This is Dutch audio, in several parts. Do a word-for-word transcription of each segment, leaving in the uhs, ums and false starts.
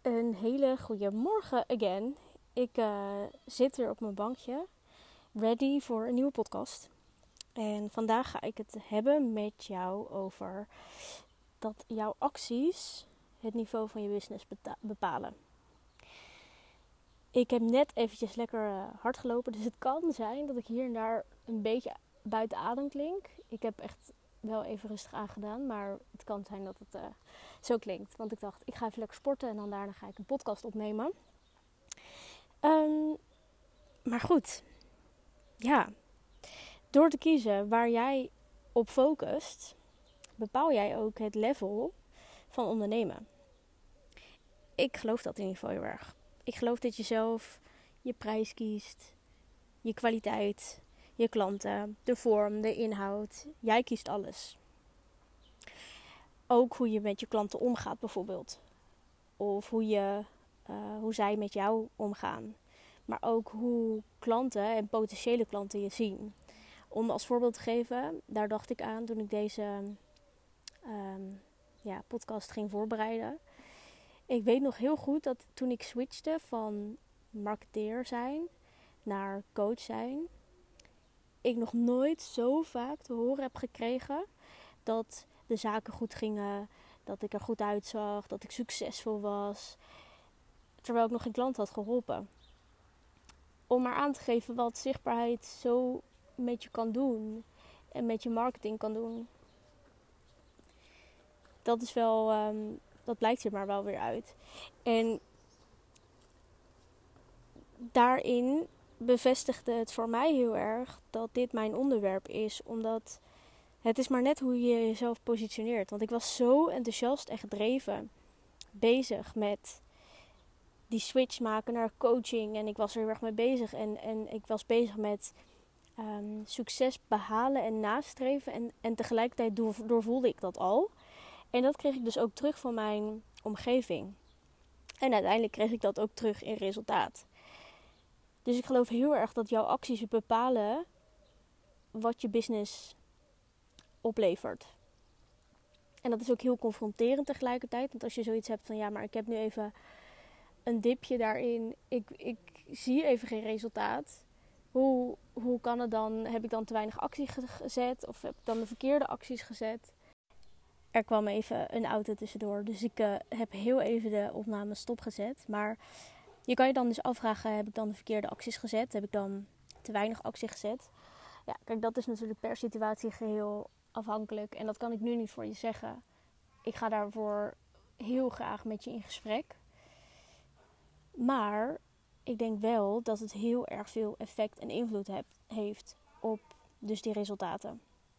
Een hele goede morgen again. Ik uh, zit weer op mijn bankje, ready voor een nieuwe podcast. En vandaag ga ik het hebben met jou over dat jouw acties het niveau van je business beta- bepalen. Ik heb net eventjes lekker uh, hard gelopen, dus het kan zijn dat ik hier en daar een beetje buiten adem klink. Ik heb echt wel even rustig aangedaan, maar het kan zijn dat het uh, zo klinkt. Want ik dacht, ik ga even lekker sporten en dan daarna ga ik een podcast opnemen. Um, maar goed, ja, door te kiezen waar jij op focust, bepaal jij ook het level van ondernemen. Ik geloof dat in ieder geval heel erg. Ik geloof dat je zelf je prijs kiest, je kwaliteit, je klanten, de vorm, de inhoud. Jij kiest alles. Ook hoe je met je klanten omgaat bijvoorbeeld. Of hoe, je, uh, hoe zij met jou omgaan. Maar ook hoe klanten en potentiële klanten je zien. Om als voorbeeld te geven, daar dacht ik aan toen ik deze um, ja, podcast ging voorbereiden. Ik weet nog heel goed dat toen ik switchte van marketeer zijn naar coach zijn, ik nog nooit zo vaak te horen heb gekregen dat de zaken goed gingen, dat ik er goed uitzag, dat ik succesvol was, terwijl ik nog geen klant had geholpen. Om maar aan te geven wat zichtbaarheid zo met je kan doen en met je marketing kan doen. Dat is wel, um, dat blijkt er maar wel weer uit. En daarin bevestigde het voor mij heel erg dat dit mijn onderwerp is, omdat het is maar net hoe je jezelf positioneert. Want ik was zo enthousiast en gedreven bezig met die switch maken naar coaching. En ik was er heel erg mee bezig. En, en ik was bezig met um, succes behalen en nastreven. En, en tegelijkertijd door, doorvoelde ik dat al. En dat kreeg ik dus ook terug van mijn omgeving. En uiteindelijk kreeg ik dat ook terug in resultaat. Dus ik geloof heel erg dat jouw acties bepalen wat je business oplevert. En dat is ook heel confronterend tegelijkertijd. Want als je zoiets hebt van ja, maar ik heb nu even een dipje daarin. Ik, ik zie even geen resultaat. Hoe, hoe kan het dan? Heb ik dan te weinig actie gezet? Of heb ik dan de verkeerde acties gezet? Er kwam even een auto tussendoor. Dus ik uh, heb heel even de opname stopgezet. Maar je kan je dan dus afvragen, heb ik dan de verkeerde acties gezet? Heb ik dan te weinig actie gezet? Ja, kijk, dat is natuurlijk per situatie geheel afhankelijk. En dat kan ik nu niet voor je zeggen. Ik ga daarvoor heel graag met je in gesprek. Maar ik denk wel dat het heel erg veel effect en invloed heb, heeft op dus die resultaten.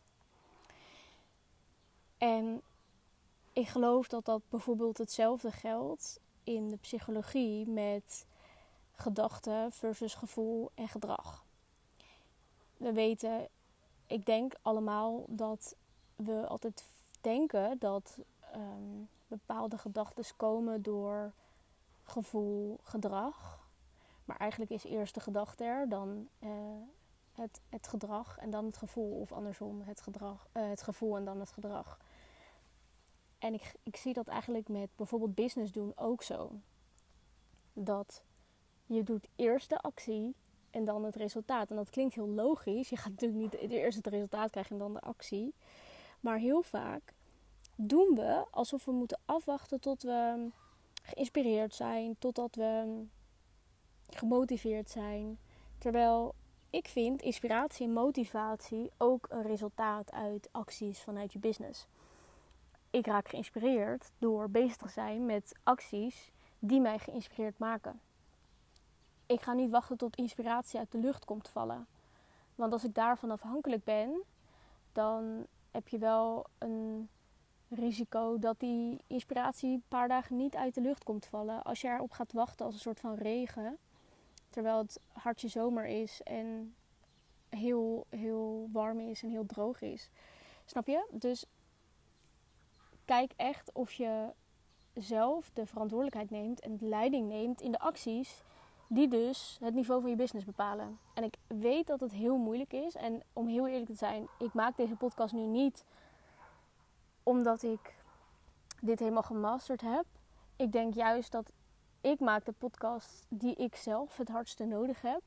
En ik geloof dat dat bijvoorbeeld hetzelfde geldt in de psychologie met gedachten versus gevoel en gedrag. We weten, ik denk allemaal dat we altijd denken dat um, bepaalde gedachten komen door gevoel, gedrag. Maar eigenlijk is eerst de gedachte er, dan uh, het, het gedrag en dan het gevoel. Of andersom, het, gedrag, uh, het gevoel en dan het gedrag. En ik, ik zie dat eigenlijk met bijvoorbeeld business doen ook zo. Dat je doet eerst de actie en dan het resultaat. En dat klinkt heel logisch. Je gaat natuurlijk niet eerst het resultaat krijgen en dan de actie. Maar heel vaak doen we alsof we moeten afwachten tot we geïnspireerd zijn. Totdat we gemotiveerd zijn. Terwijl ik vind inspiratie en motivatie ook een resultaat uit acties vanuit je business. Ik raak geïnspireerd door bezig te zijn met acties die mij geïnspireerd maken. Ik ga niet wachten tot inspiratie uit de lucht komt vallen. Want als ik daarvan afhankelijk ben, dan heb je wel een risico dat die inspiratie een paar dagen niet uit de lucht komt vallen. Als je erop gaat wachten als een soort van regen, terwijl het hartje zomer is en heel, heel warm is en heel droog is. Snap je? Dus kijk echt of je zelf de verantwoordelijkheid neemt en de leiding neemt in de acties die dus het niveau van je business bepalen. En ik weet dat het heel moeilijk is. En om heel eerlijk te zijn, ik maak deze podcast nu niet omdat ik dit helemaal gemasterd heb. Ik denk juist dat ik maak de podcast die ik zelf het hardste nodig heb.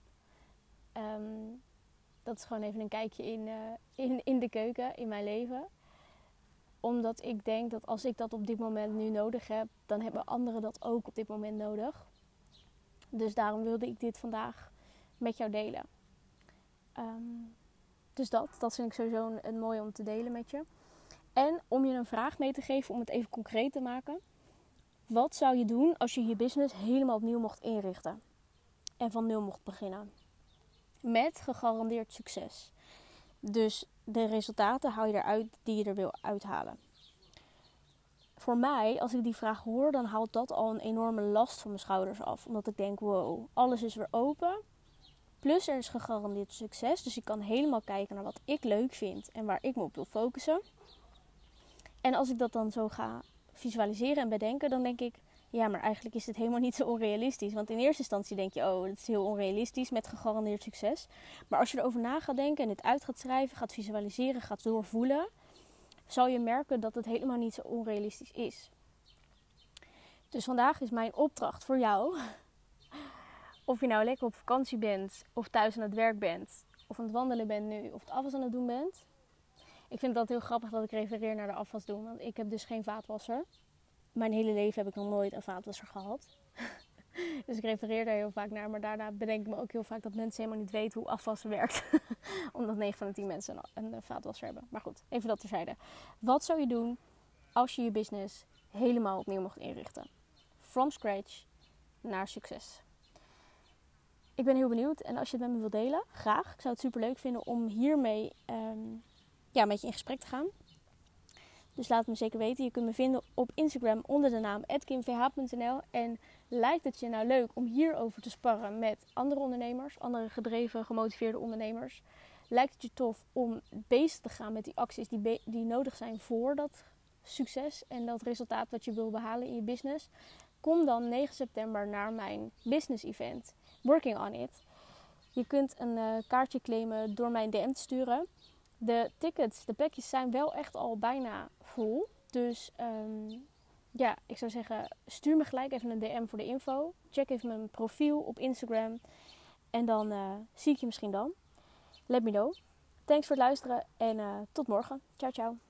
Um, dat is gewoon even een kijkje in, uh, in, in de keuken, in mijn leven. Omdat ik denk dat als ik dat op dit moment nu nodig heb, dan hebben anderen dat ook op dit moment nodig. Dus daarom wilde ik dit vandaag met jou delen. Um, dus dat, dat vind ik sowieso een, een mooi om te delen met je. En om je een vraag mee te geven, om het even concreet te maken. Wat zou je doen als je je business helemaal opnieuw mocht inrichten? En van nul mocht beginnen? Met gegarandeerd succes. Dus de resultaten haal je eruit die je er wil uithalen. Voor mij, als ik die vraag hoor, dan haalt dat al een enorme last van mijn schouders af. Omdat ik denk, wow, alles is weer open. Plus er is gegarandeerd succes. Dus ik kan helemaal kijken naar wat ik leuk vind en waar ik me op wil focussen. En als ik dat dan zo ga visualiseren en bedenken, dan denk ik, ja, maar eigenlijk is het helemaal niet zo onrealistisch. Want in eerste instantie denk je, oh, dat is heel onrealistisch met gegarandeerd succes. Maar als je erover na gaat denken en het uit gaat schrijven, gaat visualiseren, gaat doorvoelen, zal je merken dat het helemaal niet zo onrealistisch is. Dus vandaag is mijn opdracht voor jou, of je nou lekker op vakantie bent, of thuis aan het werk bent, of aan het wandelen bent nu, of het afwas aan het doen bent. Ik vind het altijd heel grappig dat ik refereer naar de afwas doen, want ik heb dus geen vaatwasser. Mijn hele leven heb ik nog nooit een vaatwasser gehad. Dus ik refereer daar heel vaak naar. Maar daarna bedenk ik me ook heel vaak dat mensen helemaal niet weten hoe afwassen werkt. Omdat negen van de tien mensen een, een vaatwasser hebben. Maar goed, even dat terzijde. Wat zou je doen als je je business helemaal opnieuw mocht inrichten? From scratch naar succes. Ik ben heel benieuwd. En als je het met me wilt delen, graag. Ik zou het super leuk vinden om hiermee um, ja, met je in gesprek te gaan. Dus laat het me zeker weten. Je kunt me vinden op Instagram onder de naam at kim v h punt n l. En lijkt het je nou leuk om hierover te sparren met andere ondernemers, andere gedreven, gemotiveerde ondernemers? Lijkt het je tof om bezig te gaan met die acties die, be- die nodig zijn voor dat succes en dat resultaat wat je wil behalen in je business? Kom dan negen september naar mijn business event, Working on It. Je kunt een uh, kaartje claimen door mij een D M te sturen. De tickets, de plekjes zijn wel echt al bijna vol. Dus um, ja, ik zou zeggen, stuur me gelijk even een D M voor de info. Check even mijn profiel op Instagram. En dan uh, zie ik je misschien dan. Let me know. Thanks voor het luisteren en uh, tot morgen. Ciao, ciao.